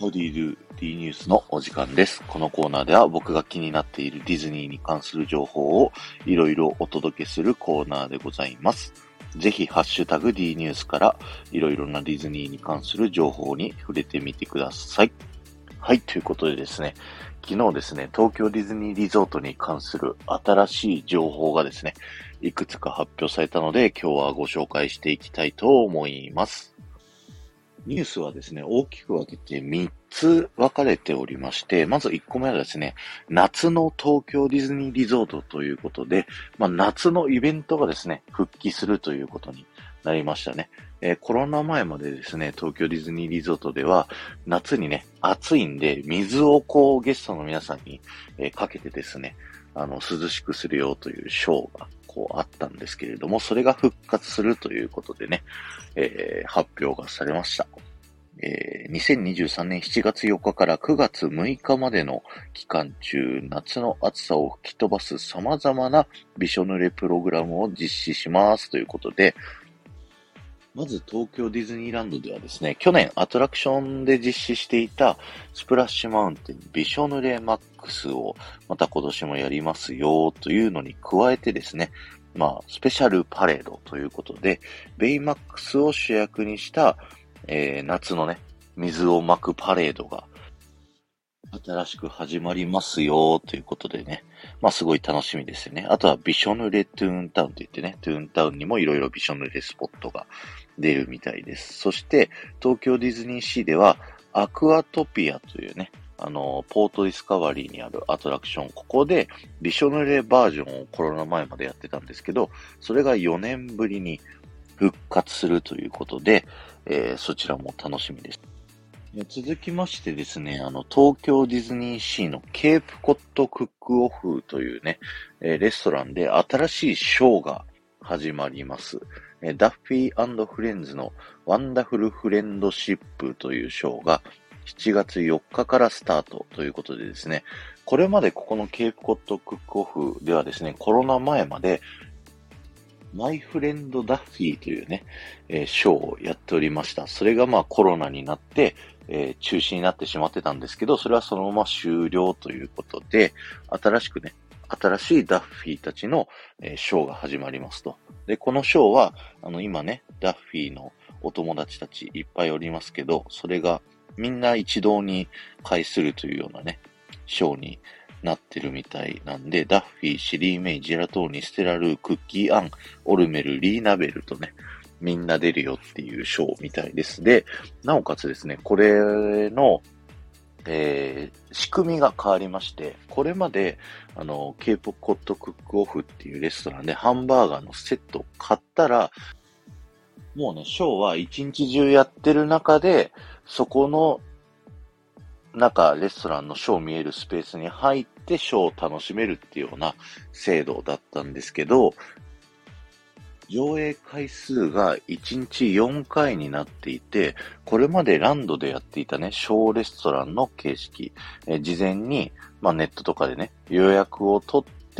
トディール D ニュースのお時間です。このコーナーでは僕が気になっているディズニーに関する情報をいろいろお届けするコーナーでございます。ぜひハッシュタグ D ニュースからいろいろなディズニーに関する情報に触れてみてください。はい、ということでですね、昨日ですね、東京ディズニーリゾートに関する新しい情報がですね、いくつか発表されたので、今日はご紹介していきたいと思います。ニュースはですね、大きく分けて3つ分かれておりまして、まず1個目はですね、夏の東京ディズニーリゾートということで、夏のイベントがですね、復帰するということになりましたね。コロナ前までですね、東京ディズニーリゾートでは、夏にね、暑いんで、水をゲストの皆さんに、かけてですね、涼しくするよというショーが、あったんですけれども、それが復活するということでね、発表がされました。2023年7月4日から9月6日までの期間中、夏の暑さを吹き飛ばす様々なびしょ濡れプログラムを実施しますということで、まず東京ディズニーランドではですね、去年アトラクションで実施していたスプラッシュマウンテンびしょ濡れマックスをまた今年もやりますよというのに加えてですね、スペシャルパレードということで、ベイマックスを主役にした、夏のね、水をまくパレードが新しく始まりますよということでね。すごい楽しみですよね。あとはびしょ濡れトゥーンタウンと言ってね、トゥーンタウンにもいろいろびしょ濡れスポットが出るみたいです。そして、東京ディズニーシーでは、アクアトピアというね、ポートディスカバリーにあるアトラクション、ここでびしょ濡れバージョンをコロナ前までやってたんですけど、それが4年ぶりに復活するということで、そちらも楽しみです。続きましてですね、東京ディズニーシーのケープコットクックオフというね、レストランで新しいショーが始まります。ダッフィー&フレンズのワンダフルフレンドシップというショーが7月4日からスタートということでですね、これまでここのケープコットクックオフではですね、コロナ前までマイフレンドダッフィーというね、ショーをやっておりました。それがコロナになって、中止になってしまってたんですけど、それはそのまま終了ということで、新しいダッフィーたちの、ショーが始まりますと。で、このショーは、今ね、ダッフィーのお友達たちいっぱいおりますけど、それがみんな一堂に会するというようなね、ショーになってるみたいなんで、ダッフィー、シリーメイ、ジェラトーニ、ステラルー、クッキーアン、オルメル、リーナベルとね、みんな出るよっていうショーみたいです。で、なおかつですね、これの、仕組みが変わりまして、これまで、ケープコットクックオフっていうレストランでハンバーガーのセットを買ったら、もうね、ショーは一日中やってる中で、そこのレストランのショー見えるスペースに入ってショーを楽しめるっていうような制度だったんですけど、上映回数が1日4回になっていて、これまでランドでやっていたね、ショーレストランの形式、事前に、ネットとかでね、予約を取って、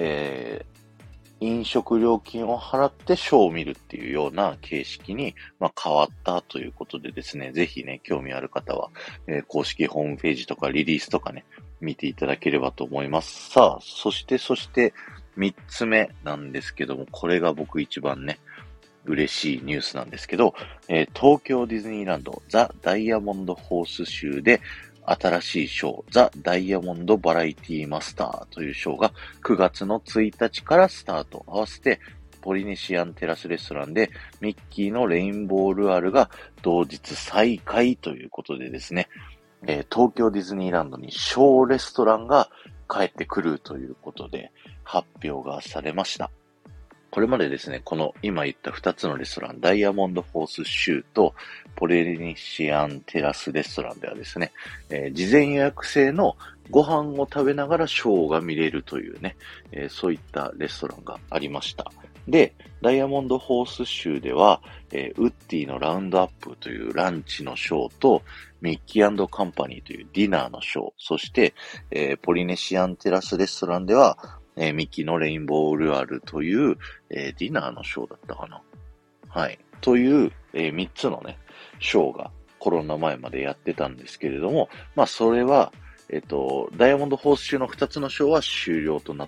飲食料金を払ってショーを見るっていうような形式に、変わったということでですね、ぜひね、興味ある方は、公式ホームページとかリリースとかね、見ていただければと思います。さあ、そして、三つ目なんですけども、これが僕一番ね、嬉しいニュースなんですけど、東京ディズニーランドザ・ダイヤモンドホース州で新しいショー、ザ・ダイヤモンドバラエティマスターというショーが9月の1日からスタート。合わせて、ポリネシアンテラスレストランでミッキーのレインボールアルが同日再開ということでですね、東京ディズニーランドにショーレストランが帰ってくるということで発表がされました。これまでですね、この今言った2つのレストラン、ダイヤモンドホースシューとポリネシアンテラスレストランではですね、事前予約制のご飯を食べながらショーが見れるというね、そういったレストランがありました。で、ダイヤモンドホース州では、ウッディのラウンドアップというランチのショーと、ミッキー&カンパニーというディナーのショー、そして、ポリネシアンテラスレストランでは、ミッキーのレインボールアルという、ディナーのショーだったかな。はい。という、3つのね、ショーがコロナ前までやってたんですけれども、まあそれは、ダイヤモンドホース州の2つのショーは終了となって、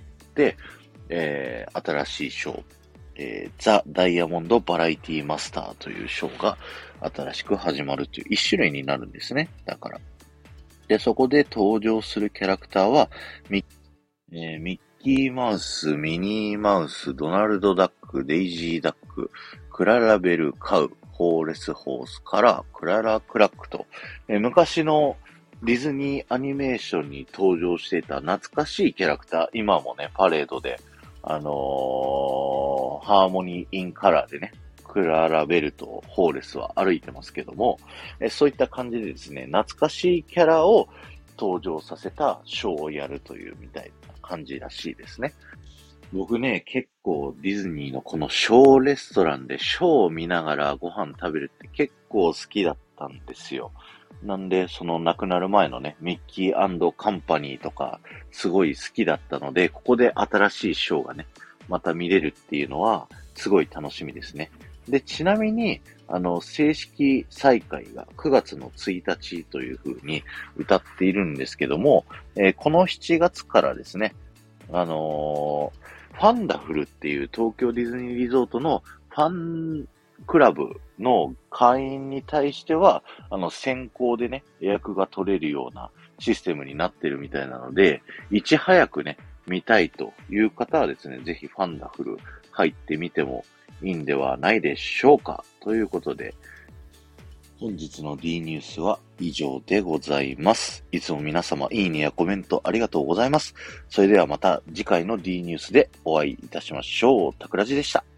新しいショー、ザ・ダイヤモンド・バラエティ・マスターというショーが新しく始まるという一種類になるんですね。だから。で、そこで登場するキャラクターは、ミッキーマウス、ミニーマウス、ドナルドダック、デイジーダック、クララベル、カウ、ホーレスホースから、クララクラックと、昔のディズニーアニメーションに登場していた懐かしいキャラクター、今もね、パレードで、ハーモニーインカラーでね、クララベルとホーレスは歩いてますけども、そういった感じでですね、懐かしいキャラを登場させたショーをやるというみたいな感じらしいですね。僕ね、結構ディズニーのこのショーレストランでショーを見ながらご飯食べるって結構好きだったんですよ。なんで、その亡くなる前のね、ミッキーカンパニーとか、すごい好きだったので、ここで新しいショーがね、また見れるっていうのは、すごい楽しみですね。で、ちなみに、正式再開が9月の1日という風に歌っているんですけども、この7月からですね、ファンダフルっていう東京ディズニーリゾートのファンクラブの会員に対しては、先行でね、予約が取れるようなシステムになってるみたいなので、いち早くね、見たいという方はですね、ぜひファンダフル入ってみてもいいんではないでしょうか。ということで、本日の D ニュースは以上でございます。いつも皆様いいねやコメントありがとうございます。それではまた次回の D ニュースでお会いいたしましょう。タクラジでした。